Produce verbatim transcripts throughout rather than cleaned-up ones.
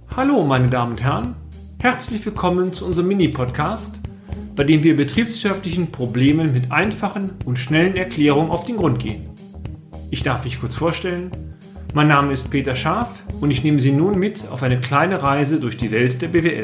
Hallo meine Damen und Herren, herzlich willkommen zu unserem Mini-Podcast, bei dem wir betriebswirtschaftlichen Problemen mit einfachen und schnellen Erklärungen auf den Grund gehen. Ich darf mich kurz vorstellen, mein Name ist Peter Scharf und ich nehme Sie nun mit auf eine kleine Reise durch die Welt der B W L.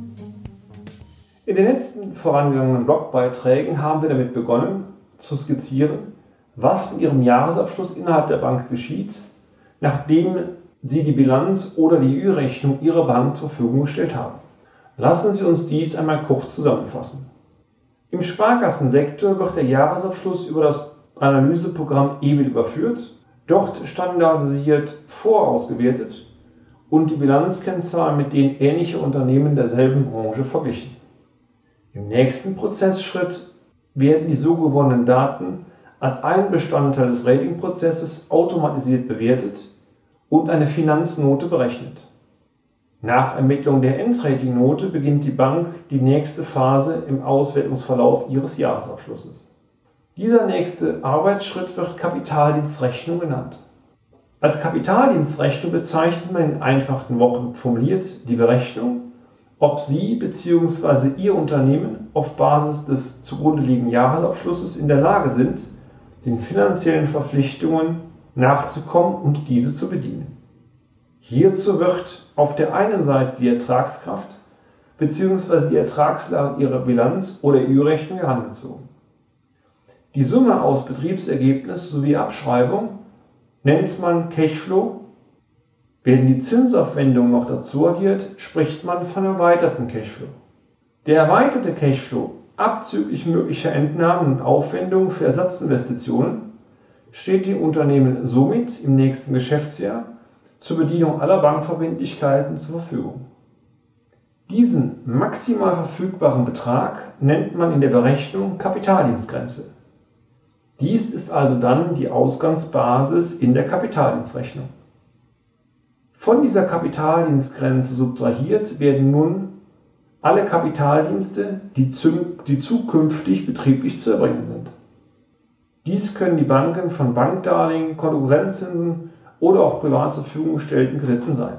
In den letzten vorangegangenen Blogbeiträgen haben wir damit begonnen zu skizzieren, was mit Ihrem Jahresabschluss innerhalb der Bank geschieht, nachdem Sie die Bilanz oder die Ü-Rechnung Ihrer Bank zur Verfügung gestellt haben. Lassen Sie uns dies einmal kurz zusammenfassen. Im Sparkassensektor wird der Jahresabschluss über das Analyseprogramm E B I L überführt, dort standardisiert vorausgewertet und die Bilanzkennzahlen mit den ähnlicher Unternehmen derselben Branche verglichen. Im nächsten Prozessschritt werden die so gewonnenen Daten als ein Bestandteil des Ratingprozesses automatisiert bewertet und eine Finanznote berechnet. Nach Ermittlung der Endratingnote beginnt die Bank die nächste Phase im Auswertungsverlauf ihres Jahresabschlusses. Dieser nächste Arbeitsschritt wird Kapitaldienstrechnung genannt. Als Kapitaldienstrechnung bezeichnet man in einfachen Worten formuliert die Berechnung, ob Sie bzw. Ihr Unternehmen auf Basis des zugrunde liegenden Jahresabschlusses in der Lage sind, den finanziellen Verpflichtungen nachzukommen und diese zu bedienen. Hierzu wird auf der einen Seite die Ertragskraft bzw. die Ertragslage Ihrer Bilanz oder Ü-Rechnung herangezogen. Die Summe aus Betriebsergebnis sowie Abschreibung nennt man Cashflow. Werden die Zinsaufwendungen noch dazu addiert, spricht man von erweiterten Cashflow. Der erweiterte Cashflow, abzüglich möglicher Entnahmen und Aufwendungen für Ersatzinvestitionen, steht dem Unternehmen somit im nächsten Geschäftsjahr zur Bedienung aller Bankverbindlichkeiten zur Verfügung. Diesen maximal verfügbaren Betrag nennt man in der Berechnung Kapitaldienstgrenze. Dies ist also dann die Ausgangsbasis in der Kapitaldienstrechnung. Von dieser Kapitaldienstgrenze subtrahiert werden nun alle Kapitaldienste, die, die zukünftig betrieblich zu erbringen sind. Dies können die Banken von Bankdarlehen, Konkurrenzzinsen oder auch privat zur Verfügung gestellten Krediten sein.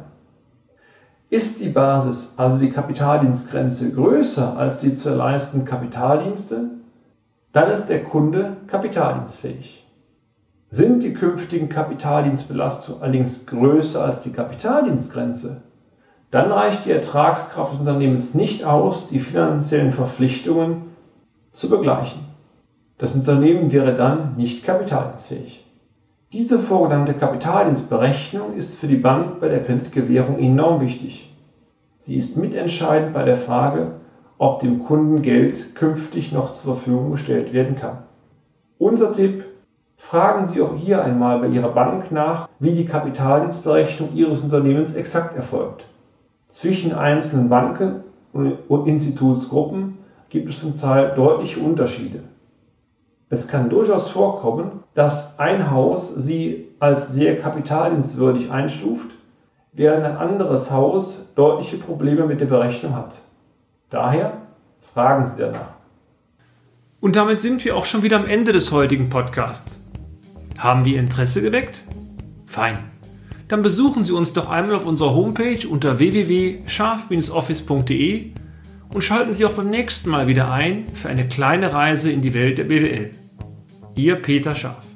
Ist die Basis, also die Kapitaldienstgrenze, größer als die zu leistenden Kapitaldienste, dann ist der Kunde kapitaldienstfähig. Sind die künftigen Kapitaldienstbelastungen allerdings größer als die Kapitaldienstgrenze, dann reicht die Ertragskraft des Unternehmens nicht aus, die finanziellen Verpflichtungen zu begleichen. Das Unternehmen wäre dann nicht kapitaldienstfähig. Diese vorgenannte Kapitaldienstberechnung ist für die Bank bei der Kreditgewährung enorm wichtig. Sie ist mitentscheidend bei der Frage, ob dem Kunden Geld künftig noch zur Verfügung gestellt werden kann. Unser Tipp: Fragen Sie auch hier einmal bei Ihrer Bank nach, wie die Kapitaldienstberechnung Ihres Unternehmens exakt erfolgt. Zwischen einzelnen Banken und Institutsgruppen gibt es zum Teil deutliche Unterschiede. Es kann durchaus vorkommen, dass ein Haus Sie als sehr kapitaldienstwürdig einstuft, während ein anderes Haus deutliche Probleme mit der Berechnung hat. Daher fragen Sie danach. Und damit sind wir auch schon wieder am Ende des heutigen Podcasts. Haben wir Interesse geweckt? Fein. Dann besuchen Sie uns doch einmal auf unserer Homepage unter w w w punkt scharf Bindestrich office punkt d e und schalten Sie auch beim nächsten Mal wieder ein für eine kleine Reise in die Welt der B W L. Ihr Peter Scharf.